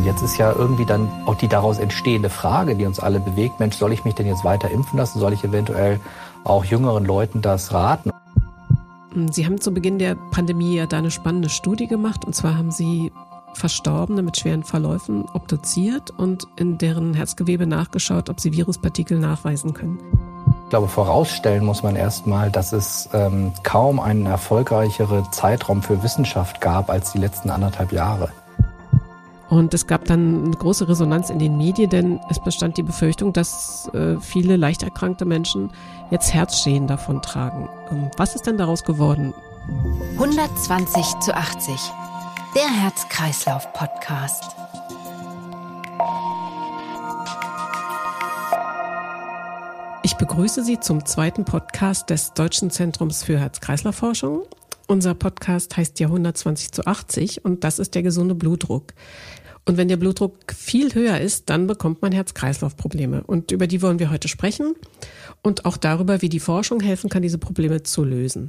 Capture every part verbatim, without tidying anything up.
Und jetzt ist ja irgendwie dann auch die daraus entstehende Frage, die uns alle bewegt, Mensch, soll ich mich denn jetzt weiter impfen lassen? Soll ich eventuell auch jüngeren Leuten das raten? Sie haben zu Beginn der Pandemie ja da eine spannende Studie gemacht. Und zwar haben Sie Verstorbene mit schweren Verläufen obduziert und in deren Herzgewebe nachgeschaut, ob sie Viruspartikel nachweisen können. Ich glaube, vorausstellen muss man erstmal, dass es ähm, kaum einen erfolgreicheren Zeitraum für Wissenschaft gab als die letzten anderthalb Jahre. Und es gab dann eine große Resonanz in den Medien, denn es bestand die Befürchtung, dass äh, viele leicht erkrankte Menschen jetzt Herzschäden davon tragen. Ähm, was ist denn daraus geworden? hundertzwanzig zu achtzig, der Herz-Kreislauf-Podcast. Ich begrüße Sie zum zweiten Podcast des Deutschen Zentrums für Herz-Kreislauf-Forschung. Unser Podcast heißt ja hundertzwanzig zu achtzig und das ist der gesunde Blutdruck. Und wenn der Blutdruck viel höher ist, dann bekommt man Herz-Kreislauf-Probleme. Und über die wollen wir heute sprechen und auch darüber, wie die Forschung helfen kann, diese Probleme zu lösen.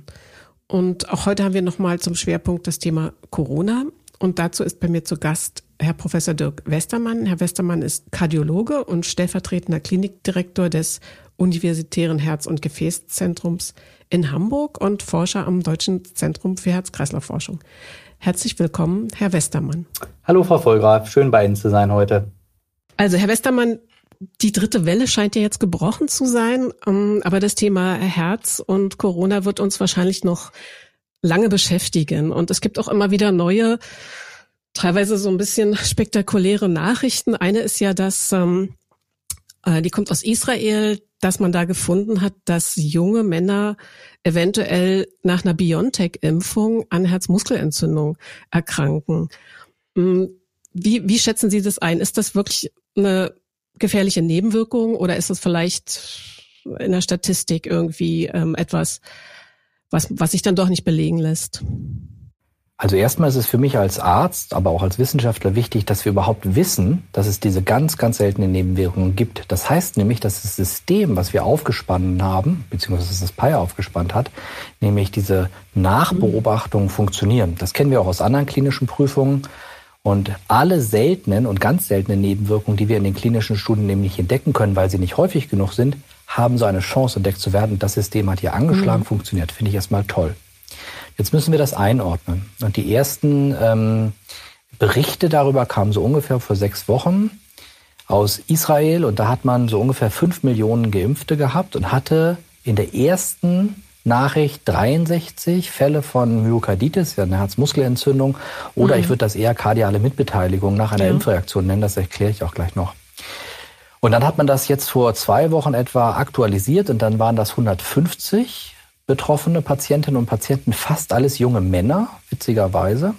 Und auch heute haben wir nochmal zum Schwerpunkt das Thema Corona. Und dazu ist bei mir zu Gast Herr Professor Dirk Westermann. Herr Westermann ist Kardiologe und stellvertretender Klinikdirektor des Universitären Herz- und Gefäßzentrums in Hamburg und Forscher am Deutschen Zentrum für Herz-Kreislauf-Forschung. Herzlich willkommen, Herr Westermann. Hallo, Frau Vollgraf. Schön, bei Ihnen zu sein heute. Also, Herr Westermann, die dritte Welle scheint ja jetzt gebrochen zu sein, aber das Thema Herz und Corona wird uns wahrscheinlich noch lange beschäftigen. Und es gibt auch immer wieder neue, teilweise so ein bisschen spektakuläre Nachrichten. Eine ist ja, dass, ähm, die kommt aus Israel, dass man da gefunden hat, dass junge Männer eventuell nach einer BioNTech-Impfung an Herzmuskelentzündung erkranken. Wie, wie schätzen Sie das ein? Ist das wirklich eine gefährliche Nebenwirkung oder ist das vielleicht in der Statistik irgendwie ähm, etwas, was, was sich dann doch nicht belegen lässt? Also erstmal ist es für mich als Arzt, aber auch als Wissenschaftler wichtig, dass wir überhaupt wissen, dass es diese ganz, ganz seltenen Nebenwirkungen gibt. Das heißt nämlich, dass das System, was wir aufgespannt haben, beziehungsweise das P I aufgespannt hat, nämlich diese Nachbeobachtungen funktionieren. Das kennen wir auch aus anderen klinischen Prüfungen. Und alle seltenen und ganz seltenen Nebenwirkungen, die wir in den klinischen Studien nämlich entdecken können, weil sie nicht häufig genug sind, haben so eine Chance, entdeckt zu werden. Das System hat hier angeschlagen, mhm. funktioniert. Finde ich erstmal toll. Jetzt müssen wir das einordnen. Und die ersten ähm, Berichte darüber kamen so ungefähr vor sechs Wochen aus Israel. Und da hat man so ungefähr fünf Millionen Geimpfte gehabt und hatte in der ersten Nachricht dreiundsechzig Fälle von Myokarditis, ja eine Herzmuskelentzündung. Oder mhm. ich würde das eher kardiale Mitbeteiligung nach einer ja. Impfreaktion nennen. Das erkläre ich auch gleich noch. Und dann hat man das jetzt vor zwei Wochen etwa aktualisiert und dann waren das hundertfünfzig betroffene Patientinnen und Patienten, fast alles junge Männer, witzigerweise.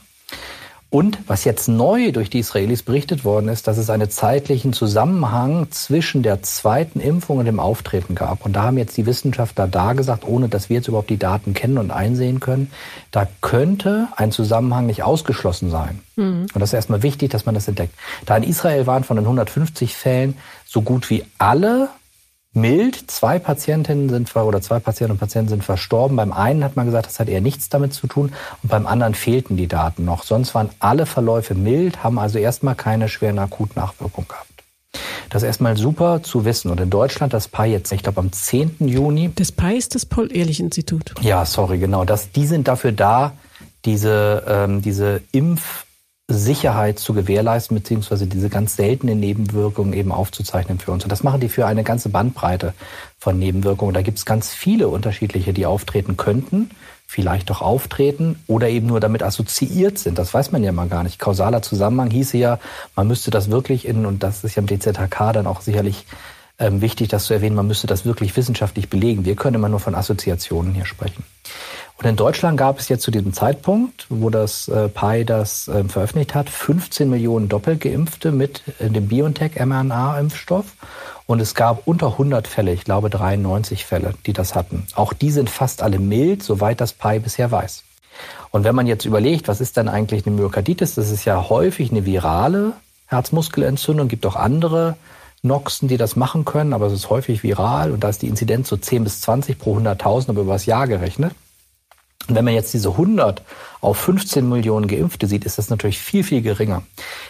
Und was jetzt neu durch die Israelis berichtet worden ist, dass es einen zeitlichen Zusammenhang zwischen der zweiten Impfung und dem Auftreten gab. Und da haben jetzt die Wissenschaftler da gesagt, ohne dass wir jetzt überhaupt die Daten kennen und einsehen können, da könnte ein Zusammenhang nicht ausgeschlossen sein. Mhm. Und das ist erstmal wichtig, dass man das entdeckt. Da in Israel waren von den hundertfünfzig Fällen so gut wie alle mild. Zwei Patientinnen sind oder zwei Patienten und Patienten sind verstorben. Beim einen hat man gesagt, das hat eher nichts damit zu tun und beim anderen fehlten die Daten noch. Sonst waren alle Verläufe mild, haben also erstmal keine schweren akuten Nachwirkungen gehabt. Das ist erstmal super zu wissen. Und in Deutschland das P I jetzt, ich glaube am zehnten Juni. Das P I ist das Paul-Ehrlich-Institut. Ja, sorry, genau. Das, die sind dafür da, diese, ähm, diese Impf Sicherheit zu gewährleisten, beziehungsweise diese ganz seltenen Nebenwirkungen eben aufzuzeichnen für uns. Und das machen die für eine ganze Bandbreite von Nebenwirkungen. Da gibt es ganz viele unterschiedliche, die auftreten könnten, vielleicht doch auftreten oder eben nur damit assoziiert sind. Das weiß man ja mal gar nicht. Kausaler Zusammenhang hieße ja, man müsste das wirklich in, und das ist ja im D Z H K dann auch sicherlich ähm, wichtig, das zu erwähnen, man müsste das wirklich wissenschaftlich belegen. Wir können immer nur von Assoziationen hier sprechen. Und in Deutschland gab es jetzt zu diesem Zeitpunkt, wo das äh, P I das äh, veröffentlicht hat, fünfzehn Millionen Doppelgeimpfte mit äh, dem BioNTech-M R N A-Impfstoff. Und es gab unter hundert Fälle, ich glaube dreiundneunzig Fälle, die das hatten. Auch die sind fast alle mild, soweit das P I bisher weiß. Und wenn man jetzt überlegt, was ist denn eigentlich eine Myokarditis? Das ist ja häufig eine virale Herzmuskelentzündung. Es gibt auch andere Noxen, die das machen können, aber es ist häufig viral. Und da ist die Inzidenz so zehn bis zwanzig pro hunderttausend, aber über das Jahr gerechnet. Und wenn man jetzt diese hundert auf fünfzehn Millionen Geimpfte sieht, ist das natürlich viel, viel geringer.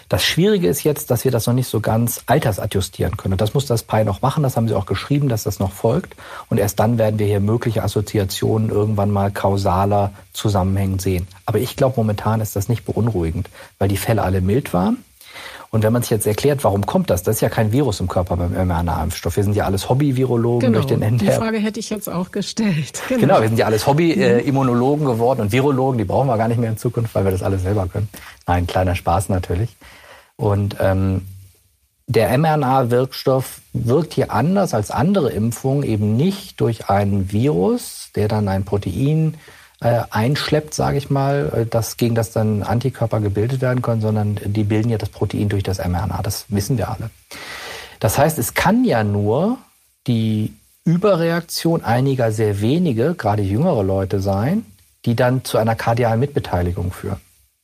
Das Schwierige ist jetzt, dass wir das noch nicht so ganz altersadjustieren können. Und das muss das P I noch machen, das haben sie auch geschrieben, dass das noch folgt. Und erst dann werden wir hier mögliche Assoziationen irgendwann mal kausaler zusammenhängend sehen. Aber ich glaube, momentan ist das nicht beunruhigend, weil die Fälle alle mild waren. Und wenn man sich jetzt erklärt, warum kommt das? Das ist ja kein Virus im Körper beim mRNA-Impfstoff. Wir sind ja alles Hobby-Virologen genau, durch den N D R. Die Frage hätte ich jetzt auch gestellt. Genau, genau wir sind ja alles Hobby-Immunologen geworden und Virologen, die brauchen wir gar nicht mehr in Zukunft, weil wir das alles selber können. Nein, kleiner Spaß natürlich. Und ähm, der mRNA-Wirkstoff wirkt hier anders als andere Impfungen, eben nicht durch einen Virus, der dann ein Protein äh, einschleppt, sage ich mal, das, gegen das dann Antikörper gebildet werden können, sondern die bilden ja das Protein durch das mRNA. Das wissen wir alle. Das heißt, es kann ja nur die Überreaktion einiger sehr wenige, gerade jüngere Leute sein, die dann zu einer kardialen Mitbeteiligung führen.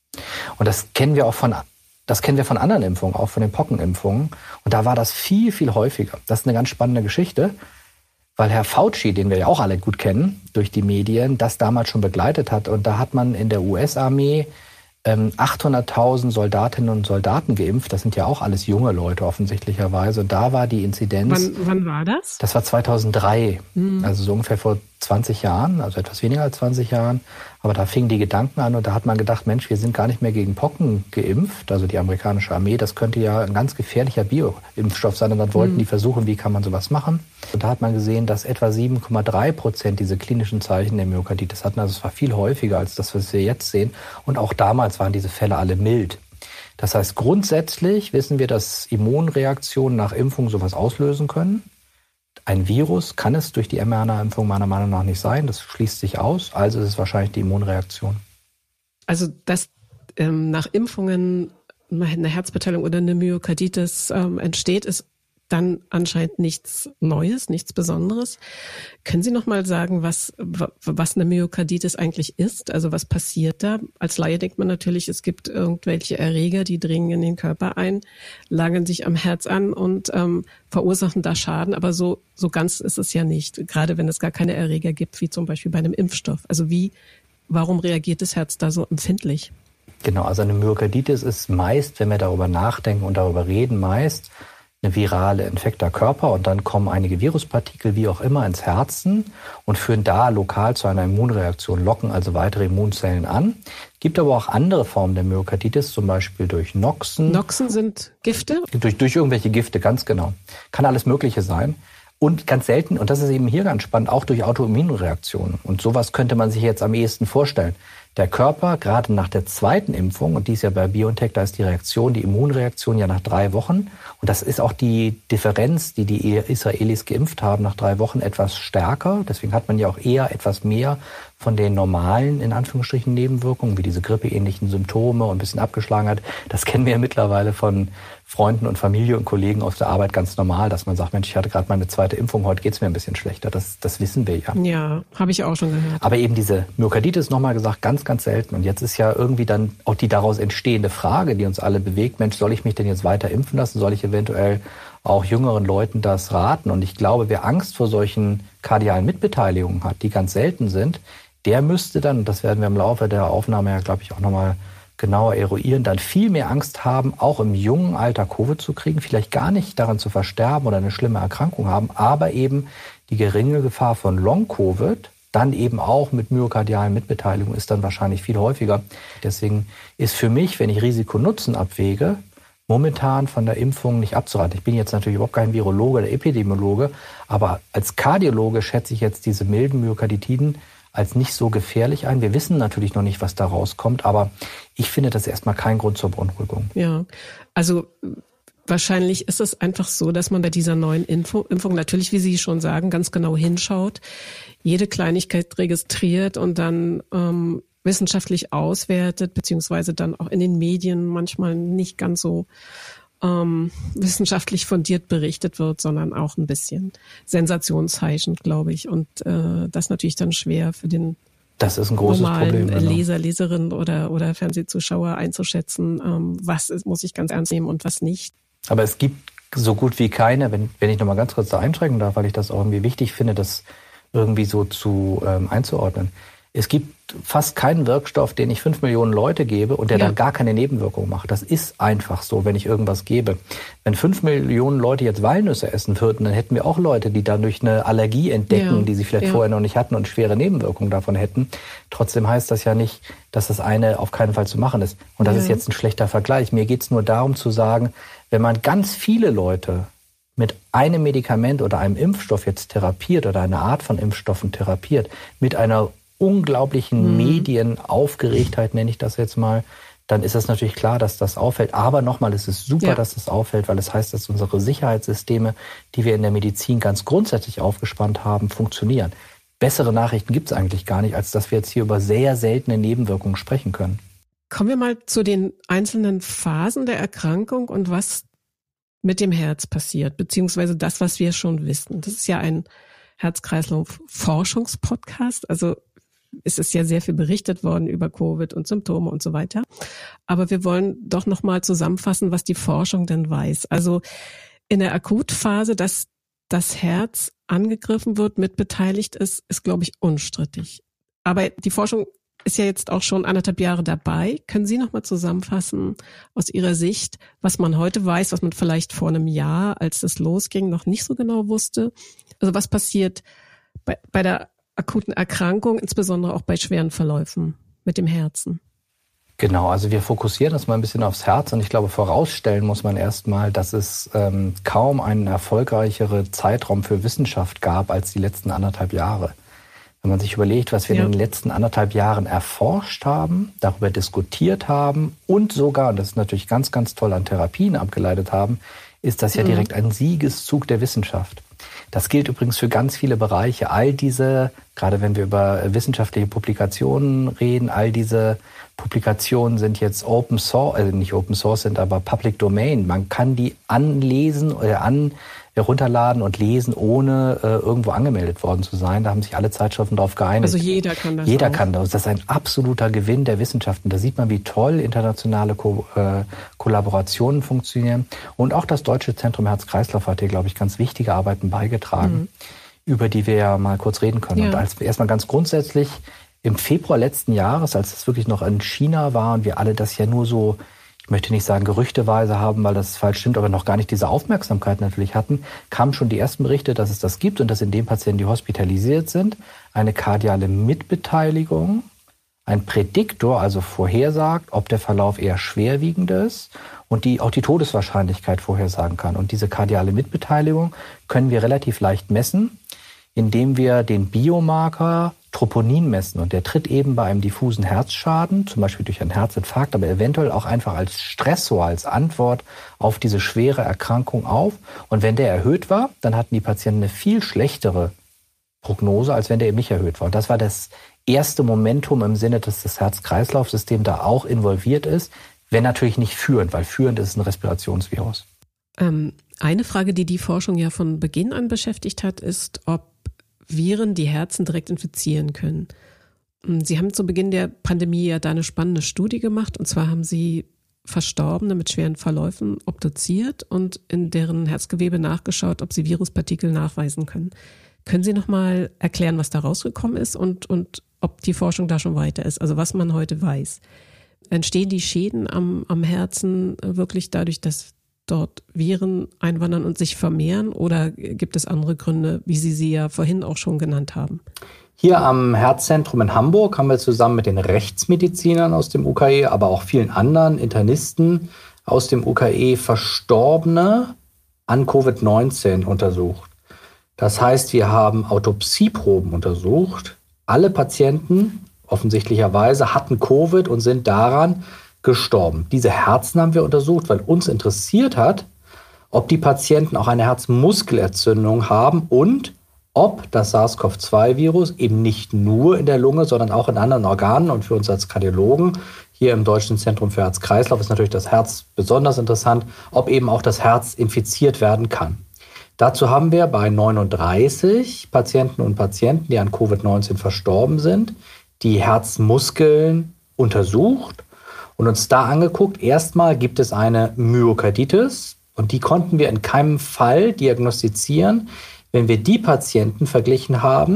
Und das kennen wir auch von Das kennen wir von anderen Impfungen, auch von den Pockenimpfungen. Und da war das viel, viel häufiger. Das ist eine ganz spannende Geschichte, weil Herr Fauci, den wir ja auch alle gut kennen durch die Medien, das damals schon begleitet hat. Und da hat man in der U S-Armee ähm, achthunderttausend Soldatinnen und Soldaten geimpft. Das sind ja auch alles junge Leute offensichtlicherweise. Und da war die Inzidenz... Wann, wann war das? Das war zweitausenddrei, mhm. also so ungefähr vor zwanzig Jahren, also etwas weniger als zwanzig Jahren. Aber da fingen die Gedanken an und da hat man gedacht, Mensch, wir sind gar nicht mehr gegen Pocken geimpft, also die amerikanische Armee, das könnte ja ein ganz gefährlicher Bioimpfstoff sein. Und dann wollten mhm. die versuchen, wie kann man sowas machen. Und da hat man gesehen, dass etwa sieben Komma drei Prozent diese klinischen Zeichen der Myokarditis hatten. Also es war viel häufiger als das, was wir jetzt sehen. Und auch damals waren diese Fälle alle mild. Das heißt, grundsätzlich wissen wir, dass Immunreaktionen nach Impfung sowas auslösen können. Ein Virus kann es durch die mRNA-Impfung meiner Meinung nach nicht sein. Das schließt sich aus. Also ist es wahrscheinlich die Immunreaktion. Also, dass ähm, nach Impfungen eine Herzbeteiligung oder eine Myokarditis ähm, entsteht, ist dann anscheinend nichts Neues, nichts Besonderes. Können Sie noch mal sagen, was, was eine Myokarditis eigentlich ist? Also was passiert da? Als Laie denkt man natürlich, es gibt irgendwelche Erreger, die dringen in den Körper ein, lagern sich am Herz an und ähm, verursachen da Schaden. Aber so, so ganz ist es ja nicht, gerade wenn es gar keine Erreger gibt, wie zum Beispiel bei einem Impfstoff. Also wie, warum reagiert das Herz da so empfindlich? Genau, also eine Myokarditis ist meist, wenn wir darüber nachdenken und darüber reden, meist eine virale infekter Körper und dann kommen einige Viruspartikel, wie auch immer, ins Herzen und führen da lokal zu einer Immunreaktion, locken also weitere Immunzellen an. Gibt aber auch andere Formen der Myokarditis, zum Beispiel durch Noxen. Noxen sind Gifte? Durch, durch irgendwelche Gifte, ganz genau. Kann alles Mögliche sein. Und ganz selten, und das ist eben hier ganz spannend, auch durch Autoimmunreaktionen. Und sowas könnte man sich jetzt am ehesten vorstellen. Der Körper, gerade nach der zweiten Impfung, und dies ja bei BioNTech, da ist die Reaktion, die Immunreaktion ja nach drei Wochen. Und das ist auch die Differenz, die die Israelis geimpft haben, nach drei Wochen etwas stärker. Deswegen hat man ja auch eher etwas mehr von den normalen, in Anführungsstrichen, Nebenwirkungen, wie diese grippeähnlichen Symptome und ein bisschen Abgeschlagenheit. Das kennen wir ja mittlerweile von Freunden und Familie und Kollegen aus der Arbeit ganz normal, dass man sagt, Mensch, ich hatte gerade meine zweite Impfung, heute geht's mir ein bisschen schlechter. Das, das wissen wir ja. Ja, habe ich auch schon gehört. Aber eben diese Myokarditis, nochmal gesagt, ganz, ganz selten. Und jetzt ist ja irgendwie dann auch die daraus entstehende Frage, die uns alle bewegt, Mensch, soll ich mich denn jetzt weiter impfen lassen? Soll ich eventuell auch jüngeren Leuten das raten? Und ich glaube, wer Angst vor solchen kardialen Mitbeteiligungen hat, die ganz selten sind, der müsste dann, und das werden wir im Laufe der Aufnahme ja, glaube ich, auch nochmal genauer eruieren, dann viel mehr Angst haben, auch im jungen Alter Covid zu kriegen, vielleicht gar nicht daran zu versterben oder eine schlimme Erkrankung haben, aber eben die geringe Gefahr von Long-Covid, dann eben auch mit myokardialen Mitbeteiligung, ist dann wahrscheinlich viel häufiger. Deswegen ist für mich, wenn ich Risiko-Nutzen abwäge, momentan von der Impfung nicht abzuraten. Ich bin jetzt natürlich überhaupt kein Virologe oder Epidemiologe, aber als Kardiologe schätze ich jetzt diese milden Myokarditiden als nicht so gefährlich ein. Wir wissen natürlich noch nicht, was da rauskommt, aber ich finde das erstmal kein Grund zur Beunruhigung. Ja, also wahrscheinlich ist es einfach so, dass man bei dieser neuen Info, Impfung natürlich, wie Sie schon sagen, ganz genau hinschaut, jede Kleinigkeit registriert und dann ähm, wissenschaftlich auswertet, beziehungsweise dann auch in den Medien manchmal nicht ganz so ähm, wissenschaftlich fundiert berichtet wird, sondern auch ein bisschen sensationsheischend, glaube ich. Und äh, das natürlich dann schwer für den das ist ein großes normalen Problem, genau. Leser, Leserin oder, oder Fernsehzuschauer einzuschätzen, ähm, was ist, muss ich ganz ernst nehmen und was nicht. Aber es gibt so gut wie keine, wenn, wenn ich noch mal ganz kurz da einschränken darf, weil ich das auch irgendwie wichtig finde, das irgendwie so zu ähm, einzuordnen. Es gibt fast keinen Wirkstoff, den ich fünf Millionen Leute gebe und der ja. dann gar keine Nebenwirkungen macht. Das ist einfach so, wenn ich irgendwas gebe. Wenn fünf Millionen Leute jetzt Walnüsse essen würden, dann hätten wir auch Leute, die dadurch eine Allergie entdecken, ja. die sie vielleicht ja. vorher noch nicht hatten und schwere Nebenwirkungen davon hätten. Trotzdem heißt das ja nicht, dass das eine auf keinen Fall zu machen ist. Und das ja. ist jetzt ein schlechter Vergleich. Mir geht es nur darum zu sagen, wenn man ganz viele Leute mit einem Medikament oder einem Impfstoff jetzt therapiert oder einer Art von Impfstoffen therapiert, mit einer unglaublichen mhm. Medienaufgeregtheit, nenne ich das jetzt mal, dann ist es natürlich klar, dass das auffällt. Aber nochmal, es ist super, ja. dass das auffällt, weil es heißt, dass unsere Sicherheitssysteme, die wir in der Medizin ganz grundsätzlich aufgespannt haben, funktionieren. Bessere Nachrichten gibt es eigentlich gar nicht, als dass wir jetzt hier über sehr seltene Nebenwirkungen sprechen können. Kommen wir mal zu den einzelnen Phasen der Erkrankung und was mit dem Herz passiert, beziehungsweise das, was wir schon wissen. Das ist ja ein Herz-Kreislauf-Forschungspodcast, also es ist ja sehr viel berichtet worden über Covid und Symptome und so weiter. Aber wir wollen doch nochmal zusammenfassen, was die Forschung denn weiß. Also in der Akutphase, dass das Herz angegriffen wird, mitbeteiligt ist, ist, glaube ich, unstrittig. Aber die Forschung ist ja jetzt auch schon anderthalb Jahre dabei. Können Sie nochmal zusammenfassen aus Ihrer Sicht, was man heute weiß, was man vielleicht vor einem Jahr, als das losging, noch nicht so genau wusste? Also was passiert bei, bei der akuten Erkrankung, insbesondere auch bei schweren Verläufen mit dem Herzen? Genau, also wir fokussieren das mal ein bisschen aufs Herz und ich glaube, vorausstellen muss man erstmal, dass es ähm, kaum einen erfolgreicheren Zeitraum für Wissenschaft gab als die letzten anderthalb Jahre. Wenn man sich überlegt, was wir ja. in den letzten anderthalb Jahren erforscht haben, darüber diskutiert haben und sogar, und das ist natürlich ganz, ganz toll, an Therapien abgeleitet haben, ist das ja mhm. direkt ein Siegeszug der Wissenschaft. Das gilt übrigens für ganz viele Bereiche. All diese, gerade wenn wir über wissenschaftliche Publikationen reden, all diese Publikationen sind jetzt Open Source, also nicht Open Source sind, aber Public Domain. Man kann die anlesen oder an, runterladen und lesen, ohne äh, irgendwo angemeldet worden zu sein. Da haben sich alle Zeitschriften darauf geeinigt. Also jeder kann das Jeder auch. kann das. Das ist ein absoluter Gewinn der Wissenschaften. Da sieht man, wie toll internationale Ko- äh, Kollaborationen funktionieren. Und auch das Deutsche Zentrum Herz-Kreislauf hat hier, glaube ich, ganz wichtige Arbeiten beigetragen, mhm. über die wir ja mal kurz reden können. Ja. Und als erstmal ganz grundsätzlich im Februar letzten Jahres, als es wirklich noch in China war und wir alle das ja nur so, ich möchte nicht sagen gerüchteweise haben, weil das falsch stimmt, aber noch gar nicht diese Aufmerksamkeit natürlich hatten, kamen schon die ersten Berichte, dass es das gibt und dass in dem Patienten, die hospitalisiert sind, eine kardiale Mitbeteiligung, ein Prädiktor, also vorhersagt, ob der Verlauf eher schwerwiegend ist und die auch die Todeswahrscheinlichkeit vorhersagen kann. Und diese kardiale Mitbeteiligung können wir relativ leicht messen, indem wir den Biomarker Troponin messen. Und der tritt eben bei einem diffusen Herzschaden, zum Beispiel durch einen Herzinfarkt, aber eventuell auch einfach als Stressor, als Antwort auf diese schwere Erkrankung auf. Und wenn der erhöht war, dann hatten die Patienten eine viel schlechtere Prognose, als wenn der eben nicht erhöht war. Und das war das erste Momentum im Sinne, dass das Herz-Kreislauf-System da auch involviert ist, wenn natürlich nicht führend, weil führend ist ein Respirationsvirus. Ähm, eine Frage, die die Forschung ja von Beginn an beschäftigt hat, ist, ob Viren die Herzen direkt infizieren können. Sie haben zu Beginn der Pandemie ja da eine spannende Studie gemacht, und zwar haben Sie Verstorbene mit schweren Verläufen obduziert und in deren Herzgewebe nachgeschaut, ob sie Viruspartikel nachweisen können. Können Sie noch mal erklären, was da rausgekommen ist und, und ob die Forschung da schon weiter ist, also was man heute weiß? Entstehen die Schäden am, am Herzen wirklich dadurch, dass dort Viren einwandern und sich vermehren, oder gibt es andere Gründe, wie Sie sie ja vorhin auch schon genannt haben? Hier am Herzzentrum in Hamburg haben wir zusammen mit den Rechtsmedizinern aus dem U K E, aber auch vielen anderen Internisten aus dem U K E Verstorbene an Covid neunzehn untersucht. Das heißt, wir haben Autopsieproben untersucht. Alle Patienten offensichtlicherweise hatten Covid und sind daran gestorben. Diese Herzen haben wir untersucht, weil uns interessiert hat, ob die Patienten auch eine Herzmuskelentzündung haben und ob das SARS-C o V zwei Virus eben nicht nur in der Lunge, sondern auch in anderen Organen. Und für uns als Kardiologen hier im Deutschen Zentrum für Herz-Kreislauf ist natürlich das Herz besonders interessant, ob eben auch das Herz infiziert werden kann. Dazu haben wir bei neununddreißig Patienten und Patienten, die an Covid neunzehn verstorben sind, die Herzmuskeln untersucht und uns da angeguckt. Erstmal gibt es eine Myokarditis und die konnten wir in keinem Fall diagnostizieren, wenn wir die Patienten verglichen haben,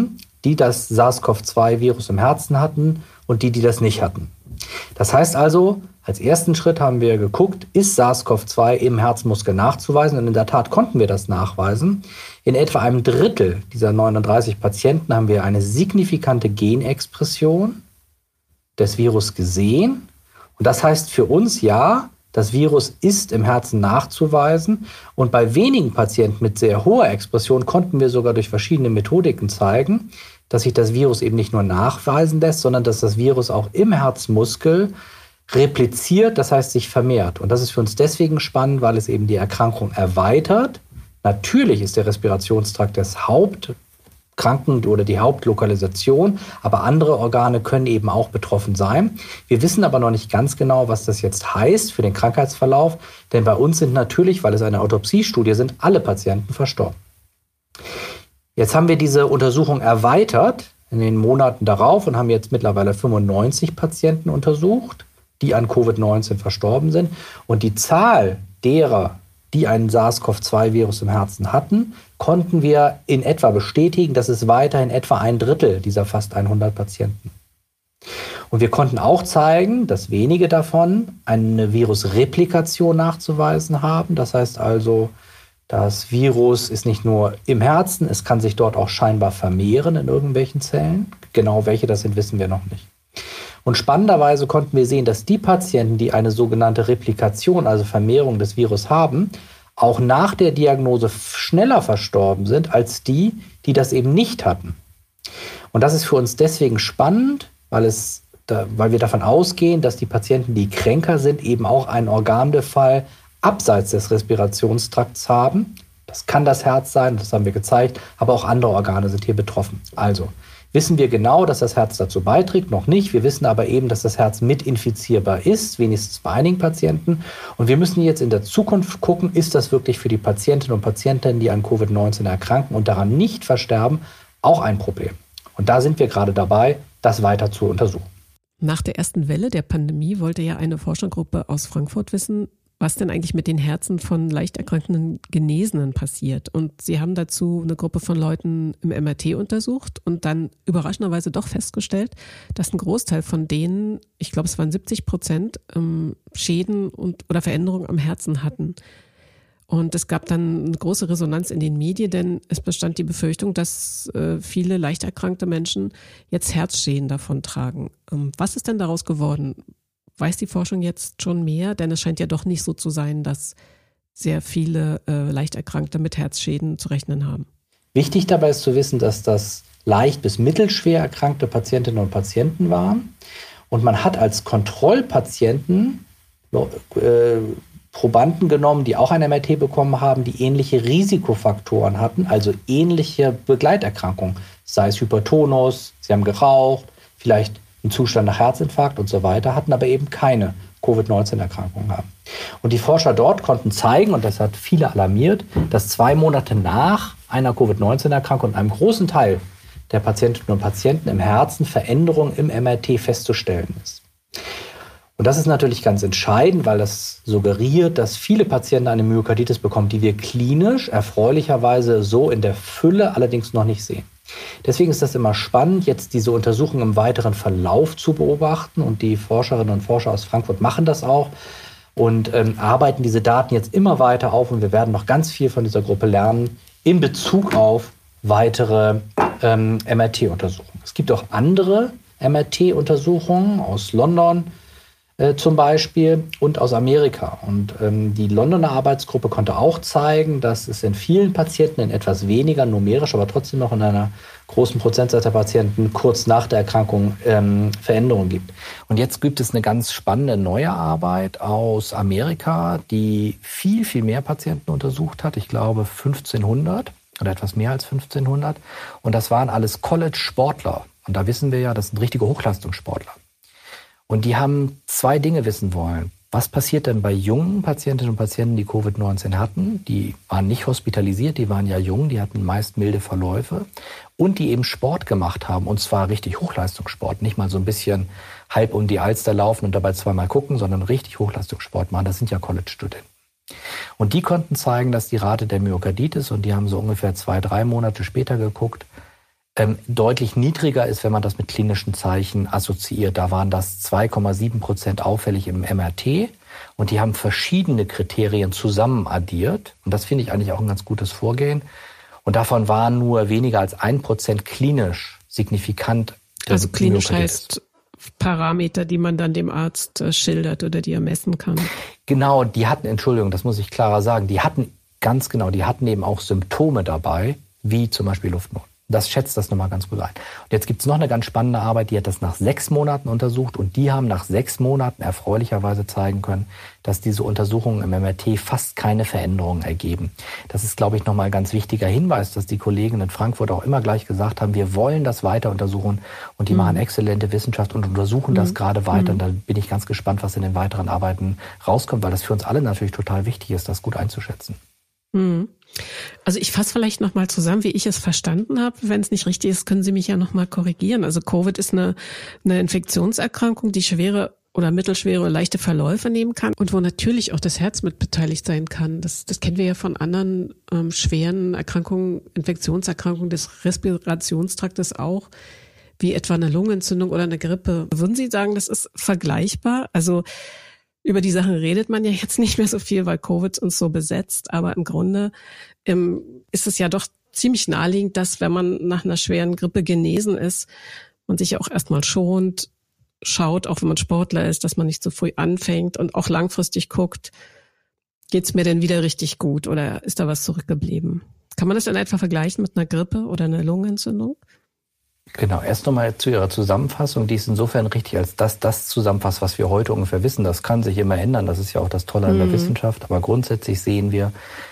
die das SARS-C o V zwei Virus im Herzen hatten und die, die das nicht hatten. Das heißt also, als ersten Schritt haben wir geguckt, ist SARS-C o V zwei im Herzmuskel nachzuweisen? Und in der Tat konnten wir das nachweisen. In etwa einem Drittel dieser neununddreißig Patienten haben wir eine signifikante Genexpression des Virus gesehen. Und das heißt für uns, ja, das Virus ist im Herzen nachzuweisen. Und bei wenigen Patienten mit sehr hoher Expression konnten wir sogar durch verschiedene Methodiken zeigen, dass sich das Virus eben nicht nur nachweisen lässt, sondern dass das Virus auch im Herzmuskel repliziert, das heißt sich vermehrt. Und das ist für uns deswegen spannend, weil es eben die Erkrankung erweitert. Natürlich ist der Respirationstrakt das Hauptkranken- oder die Hauptlokalisation, aber andere Organe können eben auch betroffen sein. Wir wissen aber noch nicht ganz genau, was das jetzt heißt für den Krankheitsverlauf, denn bei uns sind natürlich, weil es eine Autopsiestudie sind, alle Patienten verstorben. Jetzt haben wir diese Untersuchung erweitert in den Monaten darauf und haben jetzt mittlerweile fünfundneunzig Patienten untersucht, die an Covid neunzehn verstorben sind. Und die Zahl derer, die einen SARS-C o V zwei Virus im Herzen hatten, konnten wir in etwa bestätigen, dass es weiterhin etwa ein Drittel dieser fast hundert Patienten. Und wir konnten auch zeigen, dass wenige davon eine Virusreplikation nachzuweisen haben. Das heißt also, das Virus ist nicht nur im Herzen, es kann sich dort auch scheinbar vermehren in irgendwelchen Zellen. Genau welche das sind, wissen wir noch nicht. Und spannenderweise konnten wir sehen, dass die Patienten, die eine sogenannte Replikation, also Vermehrung des Virus haben, auch nach der Diagnose schneller verstorben sind als die, die das eben nicht hatten. Und das ist für uns deswegen spannend, weil, es, da, weil wir davon ausgehen, dass die Patienten, die kränker sind, eben auch einen Organbefall abseits des Respirationstrakts haben. Das kann das Herz sein, das haben wir gezeigt, aber auch andere Organe sind hier betroffen. Also wissen wir genau, dass das Herz dazu beiträgt? Noch nicht. Wir wissen aber eben, dass das Herz mitinfizierbar ist, wenigstens bei einigen Patienten. Und wir müssen jetzt in der Zukunft gucken, ist das wirklich für die Patientinnen und Patienten, die an Covid neunzehn erkranken und daran nicht versterben, auch ein Problem. Und da sind wir gerade dabei, das weiter zu untersuchen. Nach der ersten Welle der Pandemie wollte ja eine Forschergruppe aus Frankfurt wissen, was denn eigentlich mit den Herzen von leicht erkrankten Genesenen passiert. Und sie haben dazu eine Gruppe von Leuten im M R T untersucht und dann überraschenderweise doch festgestellt, dass ein Großteil von denen, ich glaube es waren siebzig Prozent, Schäden und oder Veränderungen am Herzen hatten. Und es gab dann eine große Resonanz in den Medien, denn es bestand die Befürchtung, dass viele leicht erkrankte Menschen jetzt Herzschäden davon tragen. Was ist denn daraus geworden? Weiß die Forschung jetzt schon mehr? Denn es scheint ja doch nicht so zu sein, dass sehr viele äh, Leicht-Erkrankte mit Herzschäden zu rechnen haben. Wichtig dabei ist zu wissen, dass das leicht bis mittelschwer erkrankte Patientinnen und Patienten waren. Und man hat als Kontrollpatienten äh, Probanden genommen, die auch ein M R T bekommen haben, die ähnliche Risikofaktoren hatten, also ähnliche Begleiterkrankungen. Sei es Hypertonus, sie haben geraucht, vielleicht einen Zustand nach Herzinfarkt und so weiter, hatten aber eben keine Covid neunzehn Erkrankungen haben. Und die Forscher dort konnten zeigen, und das hat viele alarmiert, dass zwei Monate nach einer Covid neunzehn Erkrankung in einem großen Teil der Patientinnen und Patienten im Herzen Veränderungen im M R T festzustellen ist. Und das ist natürlich ganz entscheidend, weil das suggeriert, dass viele Patienten eine Myokarditis bekommen, die wir klinisch erfreulicherweise so in der Fülle allerdings noch nicht sehen. Deswegen ist das immer spannend, jetzt diese Untersuchung im weiteren Verlauf zu beobachten. Und die Forscherinnen und Forscher aus Frankfurt machen das auch und ähm, arbeiten diese Daten jetzt immer weiter auf. Und wir werden noch ganz viel von dieser Gruppe lernen in Bezug auf weitere ähm, M R T-Untersuchungen. Es gibt auch andere M R T-Untersuchungen aus London, Äh, zum Beispiel und aus Amerika. Und ähm, die Londoner Arbeitsgruppe konnte auch zeigen, dass es in vielen Patienten, in etwas weniger numerisch, aber trotzdem noch in einer großen Prozentzahl der Patienten kurz nach der Erkrankung ähm, Veränderungen gibt. Und jetzt gibt es eine ganz spannende neue Arbeit aus Amerika, die viel, viel mehr Patienten untersucht hat. Ich glaube fünfzehnhundert oder etwas mehr als fünfzehnhundert. Und das waren alles College-Sportler. Und da wissen wir ja, das sind richtige Hochleistungssportler. Und die haben zwei Dinge wissen wollen. Was passiert denn bei jungen Patientinnen und Patienten, die Covid neunzehn hatten? Die waren nicht hospitalisiert, die waren ja jung, die hatten meist milde Verläufe. Und die eben Sport gemacht haben, und zwar richtig Hochleistungssport. Nicht mal so ein bisschen halb um die Alster laufen und dabei zweimal gucken, sondern richtig Hochleistungssport machen. Das sind ja College-Studenten. Und die konnten zeigen, dass die Rate der Myokarditis, und die haben so ungefähr zwei, drei Monate später geguckt, ähm, deutlich niedriger ist, wenn man das mit klinischen Zeichen assoziiert. Da waren das zwei Komma sieben Prozent auffällig im M R T und die haben verschiedene Kriterien zusammen addiert. Und das finde ich eigentlich auch ein ganz gutes Vorgehen. Und davon waren nur weniger als ein Prozent klinisch signifikant. Also klinisch heißt Parameter, die man dann dem Arzt äh, schildert oder die er messen kann. Genau, die hatten, Entschuldigung, das muss ich klarer sagen, die hatten ganz genau, die hatten eben auch Symptome dabei, wie zum Beispiel Luftnot. Das schätzt das nochmal ganz gut ein. Und jetzt gibt's noch eine ganz spannende Arbeit, die hat das nach sechs Monaten untersucht und die haben nach sechs Monaten erfreulicherweise zeigen können, dass diese Untersuchungen im M R T fast keine Veränderungen ergeben. Das ist, glaube ich, nochmal ein ganz wichtiger Hinweis, dass die Kollegen in Frankfurt auch immer gleich gesagt haben, wir wollen das weiter untersuchen und die mhm. machen exzellente Wissenschaft und untersuchen mhm. das gerade weiter. Und da bin ich ganz gespannt, was in den weiteren Arbeiten rauskommt, weil das für uns alle natürlich total wichtig ist, das gut einzuschätzen. Mhm. Also ich fasse vielleicht nochmal zusammen, wie ich es verstanden habe. Wenn es nicht richtig ist, können Sie mich ja nochmal korrigieren. Also Covid ist eine, eine Infektionserkrankung, die schwere oder mittelschwere oder leichte Verläufe nehmen kann und wo natürlich auch das Herz mit beteiligt sein kann. Das, das kennen wir ja von anderen ähm, schweren Erkrankungen, Infektionserkrankungen des Respirationstraktes auch, wie etwa eine Lungenentzündung oder eine Grippe. Würden Sie sagen, das ist vergleichbar? Also über die Sachen redet man ja jetzt nicht mehr so viel, weil Covid uns so besetzt. Aber im Grunde ähm, ist es ja doch ziemlich naheliegend, dass wenn man nach einer schweren Grippe genesen ist, man sich auch erstmal schont, schaut, auch wenn man Sportler ist, dass man nicht so früh anfängt und auch langfristig guckt, geht's mir denn wieder richtig gut oder ist da was zurückgeblieben? Kann man das in etwa vergleichen mit einer Grippe oder einer Lungenentzündung? Genau, erst nochmal zu Ihrer Zusammenfassung, die ist insofern richtig, als dass das zusammenfasst, was wir heute ungefähr wissen. Das kann sich immer ändern, das ist ja auch das Tolle an der mhm. Wissenschaft. Aber grundsätzlich sehen wir,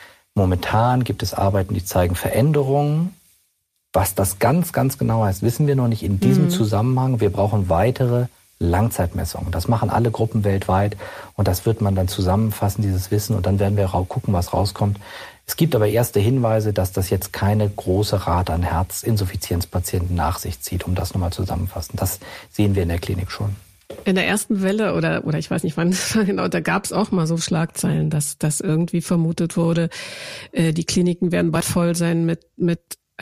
momentan gibt es Arbeiten, die zeigen Veränderungen. Was das ganz, ganz genau heißt, wissen wir noch nicht in diesem mhm. Zusammenhang. Wir brauchen weitere Langzeitmessungen. Das machen alle Gruppen weltweit und das wird man dann zusammenfassen, dieses Wissen, und dann werden wir gucken, was rauskommt. Es gibt aber erste Hinweise, dass das jetzt keine große Rate an Herzinsuffizienzpatienten nach sich zieht, um das nochmal zusammenzufassen. Das sehen wir in der Klinik schon. In der ersten Welle oder oder ich weiß nicht wann das war genau, da gab es auch mal so Schlagzeilen, dass dass irgendwie vermutet wurde, äh, die Kliniken werden bald voll sein mit mit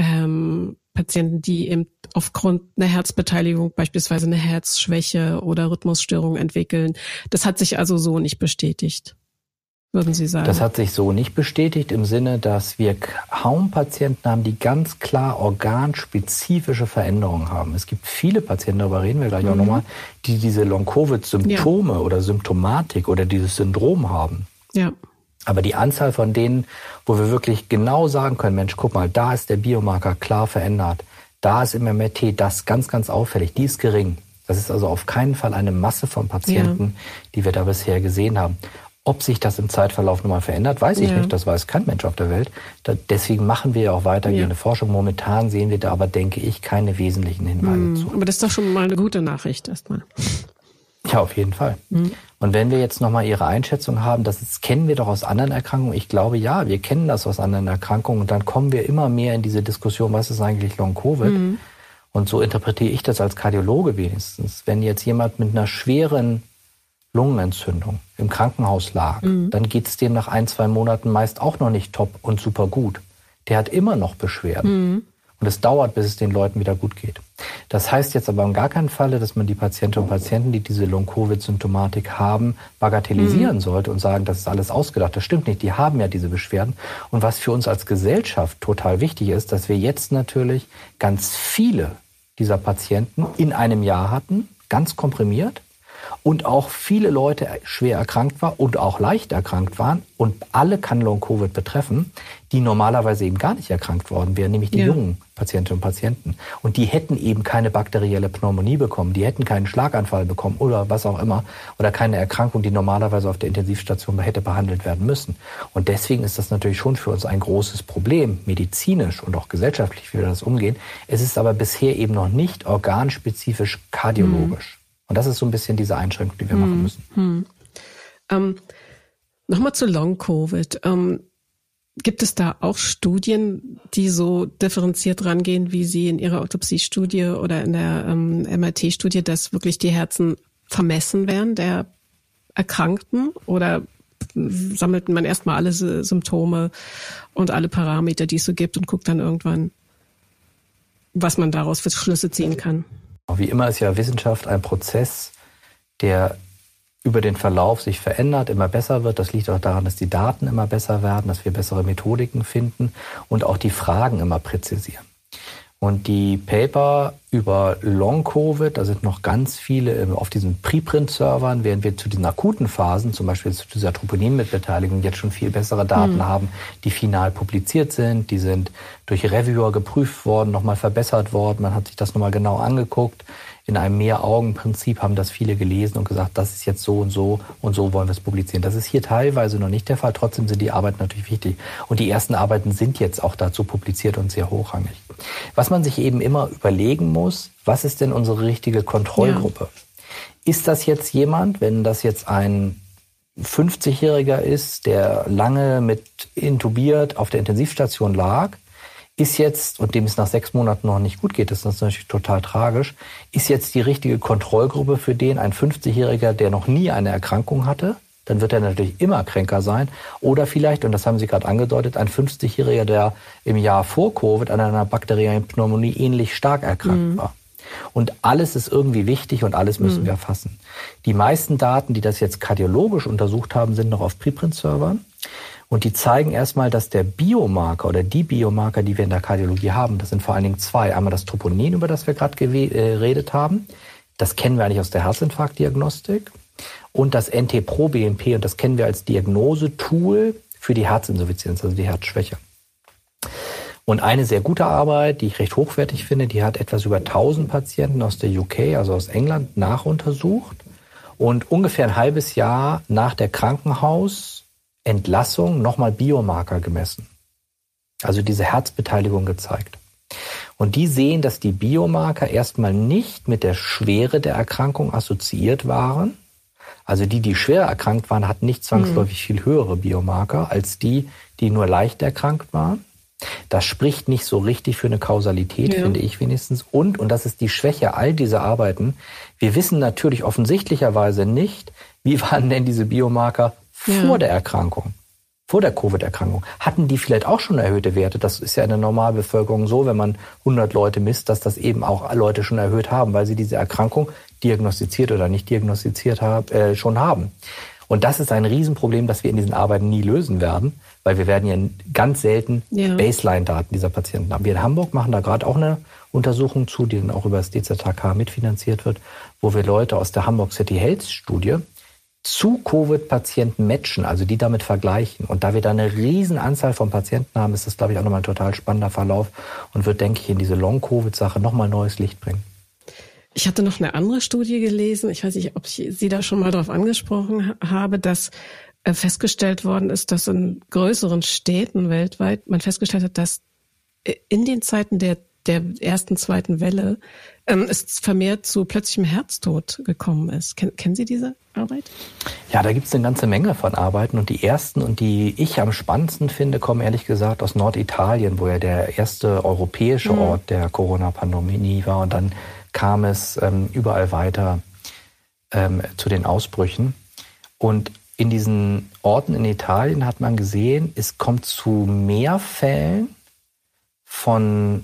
ähm, Patienten, die eben aufgrund einer Herzbeteiligung beispielsweise eine Herzschwäche oder Rhythmusstörung entwickeln. Das hat sich also so nicht bestätigt, würden Sie sagen? Das hat sich so nicht bestätigt im Sinne, dass wir kaum Patienten haben, die ganz klar organspezifische Veränderungen haben. Es gibt viele Patienten, darüber reden wir gleich mhm. auch nochmal, die diese Long-Covid-Symptome ja. oder Symptomatik oder dieses Syndrom haben. Ja. Aber die Anzahl von denen, wo wir wirklich genau sagen können, Mensch, guck mal, da ist der Biomarker klar verändert, da ist im M R T das ganz, ganz auffällig, die ist gering. Das ist also auf keinen Fall eine Masse von Patienten, ja. die wir da bisher gesehen haben. Ob sich das im Zeitverlauf nochmal verändert, weiß ich ja. nicht. Das weiß kein Mensch auf der Welt. Da, deswegen machen wir ja auch weitergehende ja. Forschung. Momentan sehen wir da aber, denke ich, keine wesentlichen Hinweise mhm. zu. Aber das ist doch schon mal eine gute Nachricht erstmal. Ja, auf jeden Fall. Mhm. Und wenn wir jetzt nochmal Ihre Einschätzung haben, das ist, kennen wir doch aus anderen Erkrankungen. Ich glaube, ja, wir kennen das aus anderen Erkrankungen. Und dann kommen wir immer mehr in diese Diskussion, was ist eigentlich Long-Covid? Mhm. Und so interpretiere ich das als Kardiologe wenigstens. Wenn jetzt jemand mit einer schweren Lungenentzündung im Krankenhaus lag, mhm. dann geht es dem nach ein, zwei Monaten meist auch noch nicht top und super gut. Der hat immer noch Beschwerden. Mhm. Und es dauert, bis es den Leuten wieder gut geht. Das heißt jetzt aber in gar keinem Falle, dass man die Patientinnen und Patienten, die diese Long-Covid-Symptomatik haben, bagatellisieren mhm. sollte und sagen, das ist alles ausgedacht. Das stimmt nicht, die haben ja diese Beschwerden. Und was für uns als Gesellschaft total wichtig ist, dass wir jetzt natürlich ganz viele dieser Patienten in einem Jahr hatten, ganz komprimiert, und auch viele Leute schwer erkrankt waren und auch leicht erkrankt waren, und alle kann Long-Covid betreffen, die normalerweise eben gar nicht erkrankt worden wären, nämlich die ja. jungen Patientinnen und Patienten. Und die hätten eben keine bakterielle Pneumonie bekommen, die hätten keinen Schlaganfall bekommen oder was auch immer, oder keine Erkrankung, die normalerweise auf der Intensivstation hätte behandelt werden müssen. Und deswegen ist das natürlich schon für uns ein großes Problem, medizinisch und auch gesellschaftlich, wie wir das umgehen. Es ist aber bisher eben noch nicht organspezifisch kardiologisch. Mhm. Und das ist so ein bisschen diese Einschränkung, die wir hm, machen müssen. Hm. Ähm, Nochmal zu Long-Covid. Ähm, gibt es da auch Studien, die so differenziert rangehen, wie Sie in Ihrer Autopsiestudie oder in der ähm, M R T-Studie, dass wirklich die Herzen vermessen werden der Erkrankten? Oder sammelt man erstmal alle Symptome und alle Parameter, die es so gibt, und guckt dann irgendwann? was man daraus für Schlüsse ziehen kann. Wie immer ist ja Wissenschaft ein Prozess, der über den Verlauf sich verändert, immer besser wird. Das liegt auch daran, dass die Daten immer besser werden, dass wir bessere Methodiken finden und auch die Fragen immer präzisieren. Und die Paper über Long-Covid, da sind noch ganz viele auf diesen Preprint-Servern, während wir zu diesen akuten Phasen, zum Beispiel zu dieser Troponin-Mitbeteiligung, jetzt schon viel bessere Daten mhm. haben, die final publiziert sind. Die sind durch Reviewer geprüft worden, nochmal verbessert worden. Man hat sich das nochmal genau angeguckt. In einem Mehr-Augen-Prinzip haben das viele gelesen und gesagt, das ist jetzt so und so und so wollen wir es publizieren. Das ist hier teilweise noch nicht der Fall. Trotzdem sind die Arbeiten natürlich wichtig. Und die ersten Arbeiten sind jetzt auch dazu publiziert und sehr hochrangig. Was man sich eben immer überlegen muss, was ist denn unsere richtige Kontrollgruppe? Ja. Ist das jetzt jemand, wenn das jetzt ein fünfzigjähriger ist, der lange mit intubiert auf der Intensivstation lag, ist jetzt, und dem es nach sechs Monaten noch nicht gut geht, das ist natürlich total tragisch, ist jetzt die richtige Kontrollgruppe für den ein fünfzigjähriger, der noch nie eine Erkrankung hatte? Dann wird er natürlich immer kränker sein. Oder vielleicht, und das haben Sie gerade angedeutet, ein fünfzigjähriger, der im Jahr vor Covid an einer bakteriellen Pneumonie ähnlich stark erkrankt mhm. war. Und alles ist irgendwie wichtig und alles müssen mhm. wir erfassen. Die meisten Daten, die das jetzt kardiologisch untersucht haben, sind noch auf Preprint-Servern. Und die zeigen erstmal, dass der Biomarker oder die Biomarker, die wir in der Kardiologie haben, das sind vor allen Dingen zwei. Einmal das Troponin, über das wir gerade geredet haben. Das kennen wir eigentlich aus der Herzinfarktdiagnostik. Und das N T Pro B N P, und das kennen wir als Diagnosetool für die Herzinsuffizienz, also die Herzschwäche. Und eine sehr gute Arbeit, die ich recht hochwertig finde, die hat etwas über tausend Patienten aus der U K, also aus England, nachuntersucht und ungefähr ein halbes Jahr nach der Krankenhausentlassung nochmal Biomarker gemessen. Also diese Herzbeteiligung gezeigt. Und die sehen, dass die Biomarker erstmal nicht mit der Schwere der Erkrankung assoziiert waren. Also die, die schwer erkrankt waren, hatten nicht zwangsläufig viel höhere Biomarker als die, die nur leicht erkrankt waren. Das spricht nicht so richtig für eine Kausalität, ja. finde ich wenigstens. Und, und das ist die Schwäche all dieser Arbeiten, wir wissen natürlich offensichtlicherweise nicht, wie waren denn diese Biomarker ja. vor der Erkrankung, vor der Covid-Erkrankung. Hatten die vielleicht auch schon erhöhte Werte? Das ist ja in der Normalbevölkerung so, wenn man hundert Leute misst, dass das eben auch Leute schon erhöht haben, weil sie diese Erkrankung diagnostiziert oder nicht diagnostiziert haben, äh, schon haben. Und das ist ein Riesenproblem, das wir in diesen Arbeiten nie lösen werden, weil wir werden ja ganz selten ja. Baseline-Daten dieser Patienten haben. Wir in Hamburg machen da gerade auch eine Untersuchung zu, die dann auch über das D Z H K mitfinanziert wird, wo wir Leute aus der Hamburg City Health Studie zu Covid-Patienten matchen, also die damit vergleichen. Und da wir da eine riesen Anzahl von Patienten haben, ist das, glaube ich, auch nochmal ein total spannender Verlauf und wird, denke ich, in diese Long-Covid-Sache nochmal neues Licht bringen. Ich hatte noch eine andere Studie gelesen, ich weiß nicht, ob ich Sie da schon mal drauf angesprochen habe, dass festgestellt worden ist, dass in größeren Städten weltweit man festgestellt hat, dass in den Zeiten der, der ersten, zweiten Welle ähm, es vermehrt zu plötzlichem Herztod gekommen ist. Ken, kennen Sie diese Arbeit? Ja, da gibt es eine ganze Menge von Arbeiten und die ersten und die ich am spannendsten finde, kommen ehrlich gesagt aus Norditalien, wo ja der erste europäische mhm. Ort der Corona-Pandemie war und dann kam es ähm, überall weiter ähm, zu den Ausbrüchen. Und in diesen Orten in Italien hat man gesehen, es kommt zu mehr Fällen von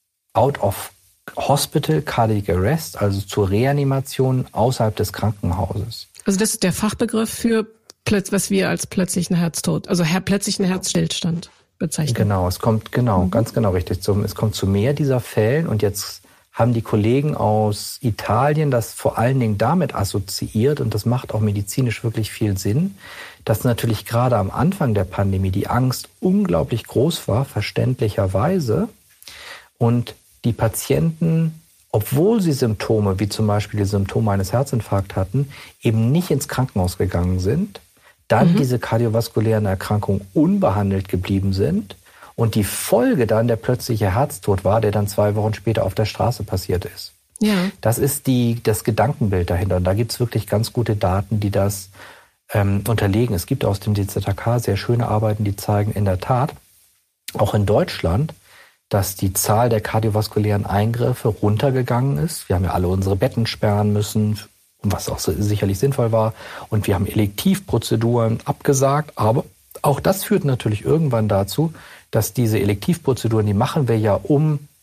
Out-of-Hospital Cardiac Arrest, also zur Reanimation außerhalb des Krankenhauses. Also das ist der Fachbegriff für, was wir als plötzlichen Herztod, also her- plötzlichen Herzstillstand bezeichnen. Genau, es kommt, genau, mhm. ganz genau richtig. Zum, es kommt zu mehr dieser Fällen und jetzt haben die Kollegen aus Italien das vor allen Dingen damit assoziiert, und das macht auch medizinisch wirklich viel Sinn, dass natürlich gerade am Anfang der Pandemie die Angst unglaublich groß war, verständlicherweise, und die Patienten, obwohl sie Symptome, wie zum Beispiel die Symptome eines Herzinfarkts hatten, eben nicht ins Krankenhaus gegangen sind, dann mhm. diese kardiovaskulären Erkrankungen unbehandelt geblieben sind, und die Folge dann der plötzliche Herztod war, der dann zwei Wochen später auf der Straße passiert ist. Ja. Das ist die, das Gedankenbild dahinter. Und da gibt es wirklich ganz gute Daten, die das ähm, unterlegen. Es gibt aus dem D Z H K sehr schöne Arbeiten, die zeigen in der Tat, auch in Deutschland, dass die Zahl der kardiovaskulären Eingriffe runtergegangen ist. Wir haben ja alle unsere Betten sperren müssen, was auch sicherlich sinnvoll war. Und wir haben Elektivprozeduren abgesagt. Aber auch das führt natürlich irgendwann dazu, dass diese Elektivprozeduren, die machen wir ja, um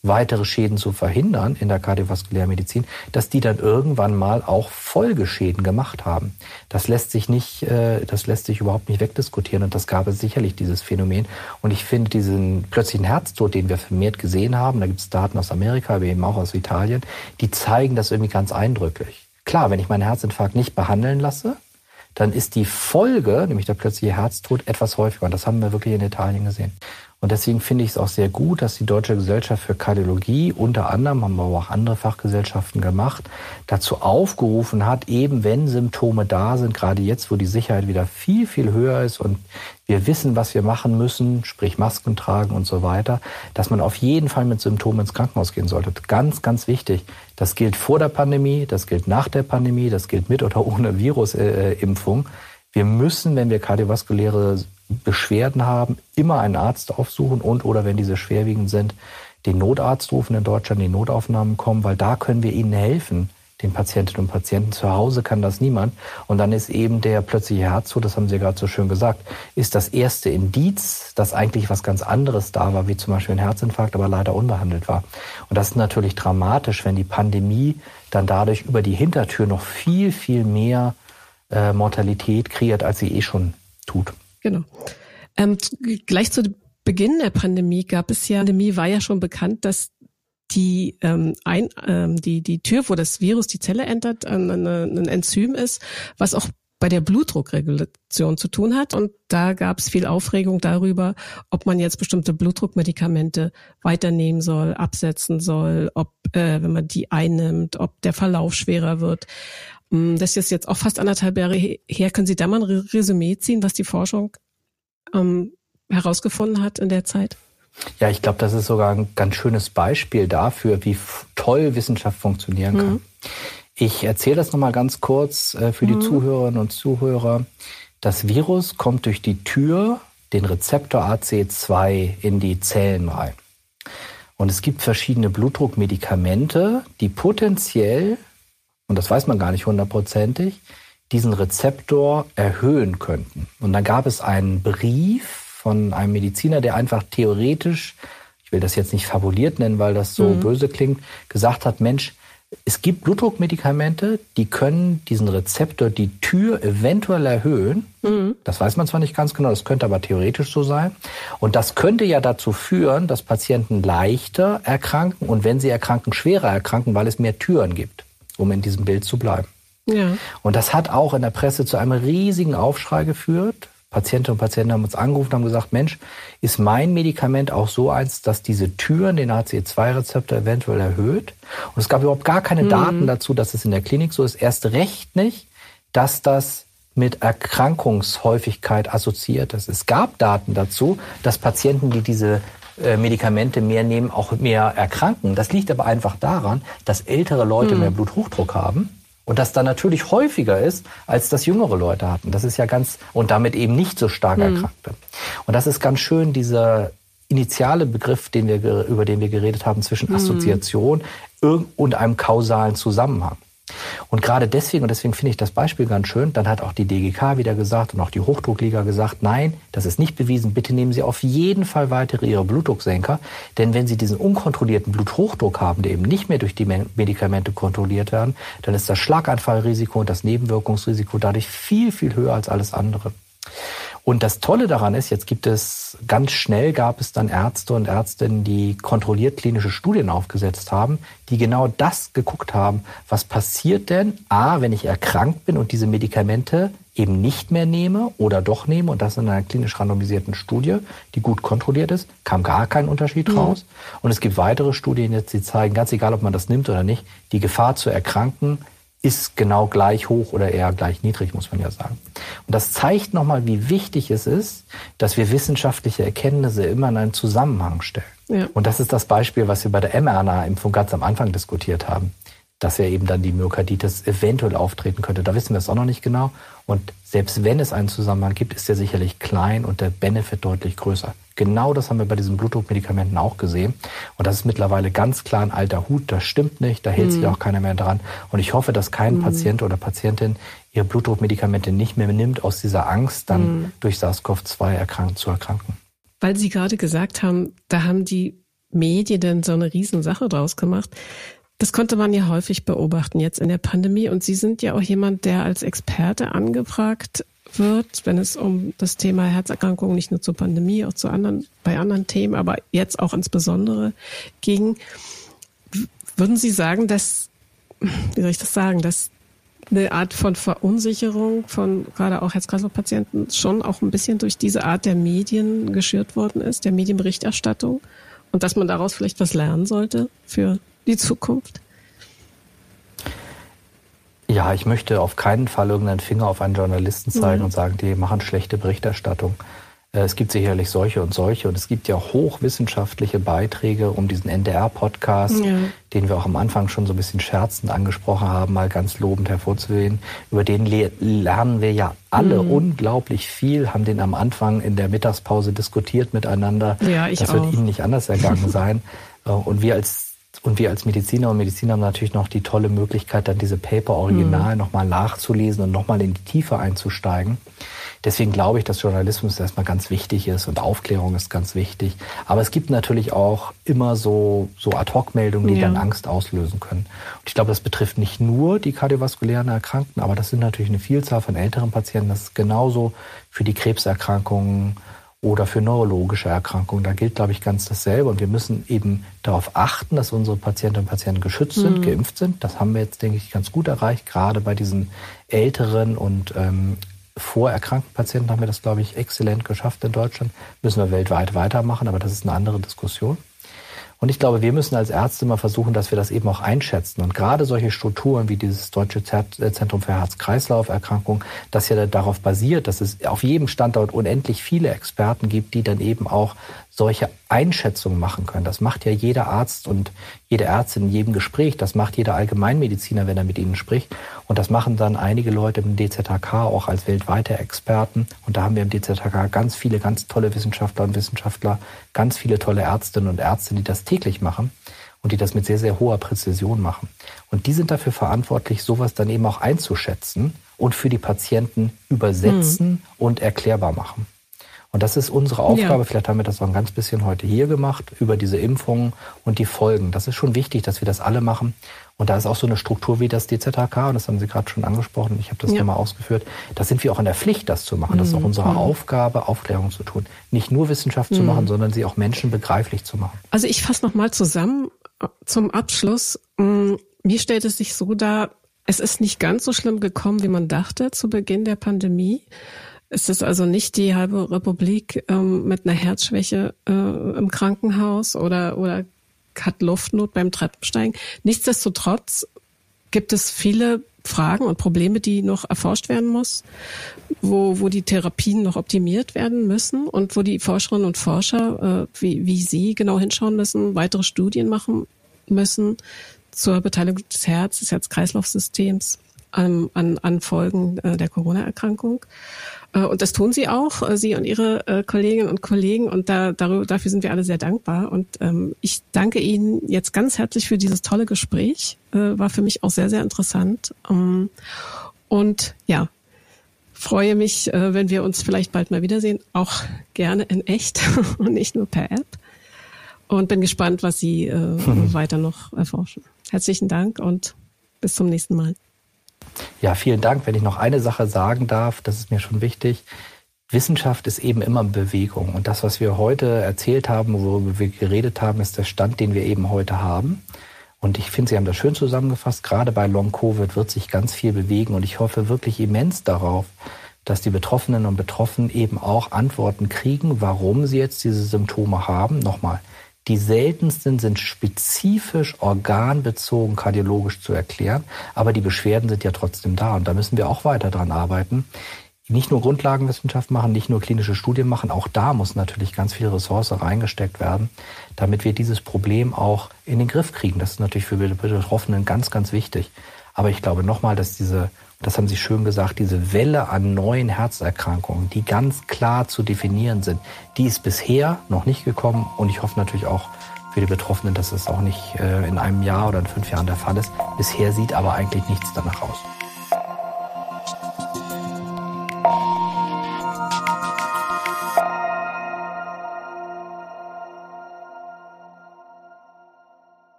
weitere Schäden zu verhindern in der Kardiovaskulärmedizin, dass die dann irgendwann mal auch Folgeschäden gemacht haben. Das lässt sich nicht, äh, das lässt sich überhaupt nicht wegdiskutieren und das gab es sicherlich, dieses Phänomen. Und ich finde diesen plötzlichen Herztod, den wir vermehrt gesehen haben, da gibt es Daten aus Amerika, aber eben auch aus Italien, die zeigen das irgendwie ganz eindrücklich. Klar, wenn ich meinen Herzinfarkt nicht behandeln lasse, dann ist die Folge, nämlich der plötzliche Herztod, etwas häufiger. Und das haben wir wirklich in Italien gesehen. Und deswegen finde ich es auch sehr gut, dass die Deutsche Gesellschaft für Kardiologie, unter anderem, haben wir aber auch andere Fachgesellschaften gemacht, dazu aufgerufen hat, eben wenn Symptome da sind, gerade jetzt, wo die Sicherheit wieder viel, viel höher ist und wir wissen, was wir machen müssen, sprich Masken tragen und so weiter, dass man auf jeden Fall mit Symptomen ins Krankenhaus gehen sollte. Ganz, ganz wichtig. Das gilt vor der Pandemie, das gilt nach der Pandemie, das gilt mit oder ohne Virusimpfung. Wir müssen, wenn wir kardiovaskuläre Beschwerden haben, immer einen Arzt aufsuchen und oder wenn diese schwerwiegend sind, den Notarzt rufen in Deutschland, die Notaufnahmen kommen, weil da können wir ihnen helfen, den Patientinnen und Patienten. Zu Hause kann das niemand. Und dann ist eben der plötzliche Herztod, das haben Sie gerade so schön gesagt, ist das erste Indiz, dass eigentlich was ganz anderes da war, wie zum Beispiel ein Herzinfarkt, aber leider unbehandelt war. Und das ist natürlich dramatisch, wenn die Pandemie dann dadurch über die Hintertür noch viel, viel mehr äh, Mortalität kreiert, als sie eh schon tut. Genau. Ähm, gleich zu Beginn der Pandemie gab es ja, Pandemie war ja schon bekannt, dass die ähm, ein, ähm, die die Tür, wo das Virus die Zelle entert, ein, ein Enzym ist, was auch bei der Blutdruckregulation zu tun hat. Und da gab es viel Aufregung darüber, ob man jetzt bestimmte Blutdruckmedikamente weiternehmen soll, absetzen soll, ob, äh, wenn man die einnimmt, ob der Verlauf schwerer wird. Das ist jetzt auch fast anderthalb Jahre her. Können Sie da mal ein Resümee ziehen, was die Forschung ähm, herausgefunden hat in der Zeit? Ja, ich glaube, das ist sogar ein ganz schönes Beispiel dafür, wie f- toll Wissenschaft funktionieren kann. Mhm. Ich erzähle das nochmal ganz kurz äh, für die mhm. Zuhörerinnen und Zuhörer. Das Virus kommt durch die Tür, den Rezeptor A C E zwei, in die Zellen rein. Und es gibt verschiedene Blutdruckmedikamente, die potenziell, und das weiß man gar nicht hundertprozentig, diesen Rezeptor erhöhen könnten. Und dann gab es einen Brief von einem Mediziner, der einfach theoretisch, ich will das jetzt nicht fabuliert nennen, weil das so mhm. böse klingt, gesagt hat, Mensch, es gibt Blutdruckmedikamente, die können diesen Rezeptor, die Tür eventuell erhöhen. Mhm. Das weiß man zwar nicht ganz genau, das könnte aber theoretisch so sein. Und das könnte ja dazu führen, dass Patienten leichter erkranken und wenn sie erkranken, schwerer erkranken, weil es mehr Türen gibt, um in diesem Bild zu bleiben. Ja. Und das hat auch in der Presse zu einem riesigen Aufschrei geführt. Patientinnen und Patienten haben uns angerufen und haben gesagt, Mensch, ist mein Medikament auch so eins, dass diese Türen den A C E zwei Rezeptor eventuell erhöht? Und es gab überhaupt gar keine mhm. Daten dazu, dass es in der Klinik so ist. Erst recht nicht, dass das mit Erkrankungshäufigkeit assoziiert ist. Es gab Daten dazu, dass Patienten, die diese äh, Medikamente mehr nehmen, auch mehr erkranken. Das liegt aber einfach daran, dass ältere Leute mhm. mehr Bluthochdruck haben. Und das dann natürlich häufiger ist, als das jüngere Leute hatten. Das ist ja ganz, und damit eben nicht so stark mhm. Erkrankte. Und das ist ganz schön, dieser initiale Begriff, den wir, über den wir geredet haben, zwischen mhm. Assoziation und einem kausalen Zusammenhang. Und gerade deswegen, und deswegen finde ich das Beispiel ganz schön, dann hat auch die D G K wieder gesagt und auch die Hochdruckliga gesagt, nein, das ist nicht bewiesen, bitte nehmen Sie auf jeden Fall weitere Ihre Blutdrucksenker, denn wenn Sie diesen unkontrollierten Bluthochdruck haben, der eben nicht mehr durch die Medikamente kontrolliert werden, dann ist das Schlaganfallrisiko und das Nebenwirkungsrisiko dadurch viel, viel höher als alles andere. Und das Tolle daran ist, jetzt gibt es, ganz schnell gab es dann Ärzte und Ärztinnen, die kontrolliert klinische Studien aufgesetzt haben, die genau das geguckt haben, was passiert denn, a, wenn ich erkrankt bin und diese Medikamente eben nicht mehr nehme oder doch nehme, und das in einer klinisch randomisierten Studie, die gut kontrolliert ist, kam gar kein Unterschied mhm. raus. Und es gibt weitere Studien jetzt, die zeigen, ganz egal, ob man das nimmt oder nicht, die Gefahr zu erkranken ist genau gleich hoch oder eher gleich niedrig, muss man ja sagen. Und das zeigt nochmal, wie wichtig es ist, dass wir wissenschaftliche Erkenntnisse immer in einen Zusammenhang stellen. Ja. Und das ist das Beispiel, was wir bei der mRNA-Impfung ganz am Anfang diskutiert haben, dass ja eben dann die Myokarditis eventuell auftreten könnte. Da wissen wir es auch noch nicht genau. Und selbst wenn es einen Zusammenhang gibt, ist der sicherlich klein und der Benefit deutlich größer. Genau das haben wir bei diesen Blutdruckmedikamenten auch gesehen. Und das ist mittlerweile ganz klar ein alter Hut. Das stimmt nicht, da hält mhm. sich auch keiner mehr dran. Und ich hoffe, dass kein mhm. Patient oder Patientin ihre Blutdruckmedikamente nicht mehr nimmt, aus dieser Angst, dann mhm. durch SARS-CoV zwei erkrankt zu erkranken. Weil Sie gerade gesagt haben, da haben die Medien denn so eine Riesensache draus gemacht. Das konnte man ja häufig beobachten jetzt in der Pandemie. Und Sie sind ja auch jemand, der als Experte angefragt wird, wenn es um das Thema Herzerkrankungen nicht nur zur Pandemie, auch zu anderen, bei anderen Themen, aber jetzt auch insbesondere ging. Würden Sie sagen, dass, wie soll ich das sagen, dass eine Art von Verunsicherung von gerade auch Herz-Kreislauf-Patienten schon auch ein bisschen durch diese Art der Medien geschürt worden ist, der Medienberichterstattung, und dass man daraus vielleicht was lernen sollte für die Zukunft? Ja, ich möchte auf keinen Fall irgendeinen Finger auf einen Journalisten zeigen mhm. und sagen, die machen schlechte Berichterstattung. Es gibt sicherlich solche und solche, und es gibt ja hochwissenschaftliche Beiträge um diesen N D R-Podcast, ja. den wir auch am Anfang schon so ein bisschen scherzend angesprochen haben, mal ganz lobend hervorzuheben. Über den le- lernen wir ja alle mhm. unglaublich viel, haben den am Anfang in der Mittagspause diskutiert miteinander. Ja, ich das auch. wird Ihnen nicht anders ergangen sein. Und wir als Und wir als Mediziner und Mediziner haben natürlich noch die tolle Möglichkeit, dann diese Paper original mhm. nochmal nachzulesen und nochmal in die Tiefe einzusteigen. Deswegen glaube ich, dass Journalismus erstmal ganz wichtig ist und Aufklärung ist ganz wichtig. Aber es gibt natürlich auch immer so, so Ad-Hoc-Meldungen, die ja. dann Angst auslösen können. Und ich glaube, das betrifft nicht nur die kardiovaskulären Erkrankten, aber das sind natürlich eine Vielzahl von älteren Patienten. Das ist genauso für die Krebserkrankungen oder für neurologische Erkrankungen. Da gilt, glaube ich, ganz dasselbe. Und wir müssen eben darauf achten, dass unsere Patientinnen und Patienten geschützt sind, mhm. geimpft sind. Das haben wir jetzt, denke ich, ganz gut erreicht. Gerade bei diesen älteren und ähm, vorerkrankten Patienten haben wir das, glaube ich, exzellent geschafft in Deutschland. Müssen wir weltweit weitermachen, aber das ist eine andere Diskussion. Und ich glaube, wir müssen als Ärzte mal versuchen, dass wir das eben auch einschätzen. Und gerade solche Strukturen wie dieses Deutsche Zentrum für Herz-Kreislauf-Erkrankungen, das ja darauf basiert, dass es auf jedem Standort unendlich viele Experten gibt, die dann eben auch solche Einschätzungen machen können. Das macht ja jeder Arzt und jede Ärztin in jedem Gespräch. Das macht jeder Allgemeinmediziner, wenn er mit ihnen spricht. Und das machen dann einige Leute im D Z H K auch als weltweite Experten. Und da haben wir im D Z H K ganz viele, ganz tolle Wissenschaftler und Wissenschaftler, ganz viele tolle Ärztinnen und Ärzte, die das täglich machen und die das mit sehr, sehr hoher Präzision machen. Und die sind dafür verantwortlich, sowas dann eben auch einzuschätzen und für die Patienten übersetzen mhm. und erklärbar machen. Und das ist unsere Aufgabe. Ja. Vielleicht haben wir das auch ein ganz bisschen heute hier gemacht, über diese Impfungen und die Folgen. Das ist schon wichtig, dass wir das alle machen. Und da ist auch so eine Struktur wie das D Z H K, und das haben Sie gerade schon angesprochen, ich habe das ja. nochmal ausgeführt, da sind wir auch in der Pflicht, das zu machen. Das ist auch unsere mhm. Aufgabe, Aufklärung zu tun. Nicht nur Wissenschaft mhm. zu machen, sondern sie auch Menschen begreiflich zu machen. Also ich fasse nochmal zusammen zum Abschluss. Mir stellt es sich so dar, es ist nicht ganz so schlimm gekommen, wie man dachte zu Beginn der Pandemie. Es ist also nicht die halbe Republik ähm, mit einer Herzschwäche äh, im Krankenhaus oder oder hat Luftnot beim Treppensteigen. Nichtsdestotrotz gibt es viele Fragen und Probleme, die noch erforscht werden muss, wo wo die Therapien noch optimiert werden müssen und wo die Forscherinnen und Forscher, äh, wie wie Sie genau hinschauen müssen, weitere Studien machen müssen zur Beteiligung des Herz, des Herz-Kreislauf-Systems an, an, an Folgen äh, der Corona-Erkrankung. Und das tun Sie auch, Sie und Ihre äh, Kolleginnen und Kollegen. Und da, darüber, dafür sind wir alle sehr dankbar. Und ähm, ich danke Ihnen jetzt ganz herzlich für dieses tolle Gespräch. Äh, war für mich auch sehr, sehr interessant. Ähm, und ja, freue mich, äh, wenn wir uns vielleicht bald mal wiedersehen. Auch gerne in echt und nicht nur per App. Und bin gespannt, was Sie äh, mhm. weiter noch erforschen. Herzlichen Dank und bis zum nächsten Mal. Ja, vielen Dank. Wenn ich noch eine Sache sagen darf, das ist mir schon wichtig. Wissenschaft ist eben immer Bewegung. Und das, was wir heute erzählt haben, worüber wir geredet haben, ist der Stand, den wir eben heute haben. Und ich finde, Sie haben das schön zusammengefasst. Gerade bei Long-Covid wird sich ganz viel bewegen. Und ich hoffe wirklich immens darauf, dass die Betroffenen und Betroffenen eben auch Antworten kriegen, warum sie jetzt diese Symptome haben. Nochmal. Die seltensten sind spezifisch organbezogen kardiologisch zu erklären, aber die Beschwerden sind ja trotzdem da und da müssen wir auch weiter dran arbeiten. Nicht nur Grundlagenwissenschaft machen, nicht nur klinische Studien machen, auch da muss natürlich ganz viel Ressource reingesteckt werden, damit wir dieses Problem auch in den Griff kriegen. Das ist natürlich für die Betroffenen ganz, ganz wichtig. Aber ich glaube nochmal, dass diese, das haben Sie schön gesagt, diese Welle an neuen Herzerkrankungen, die ganz klar zu definieren sind, die ist bisher noch nicht gekommen. Und ich hoffe natürlich auch für die Betroffenen, dass es auch nicht in einem Jahr oder in fünf Jahren der Fall ist. Bisher sieht aber eigentlich nichts danach aus.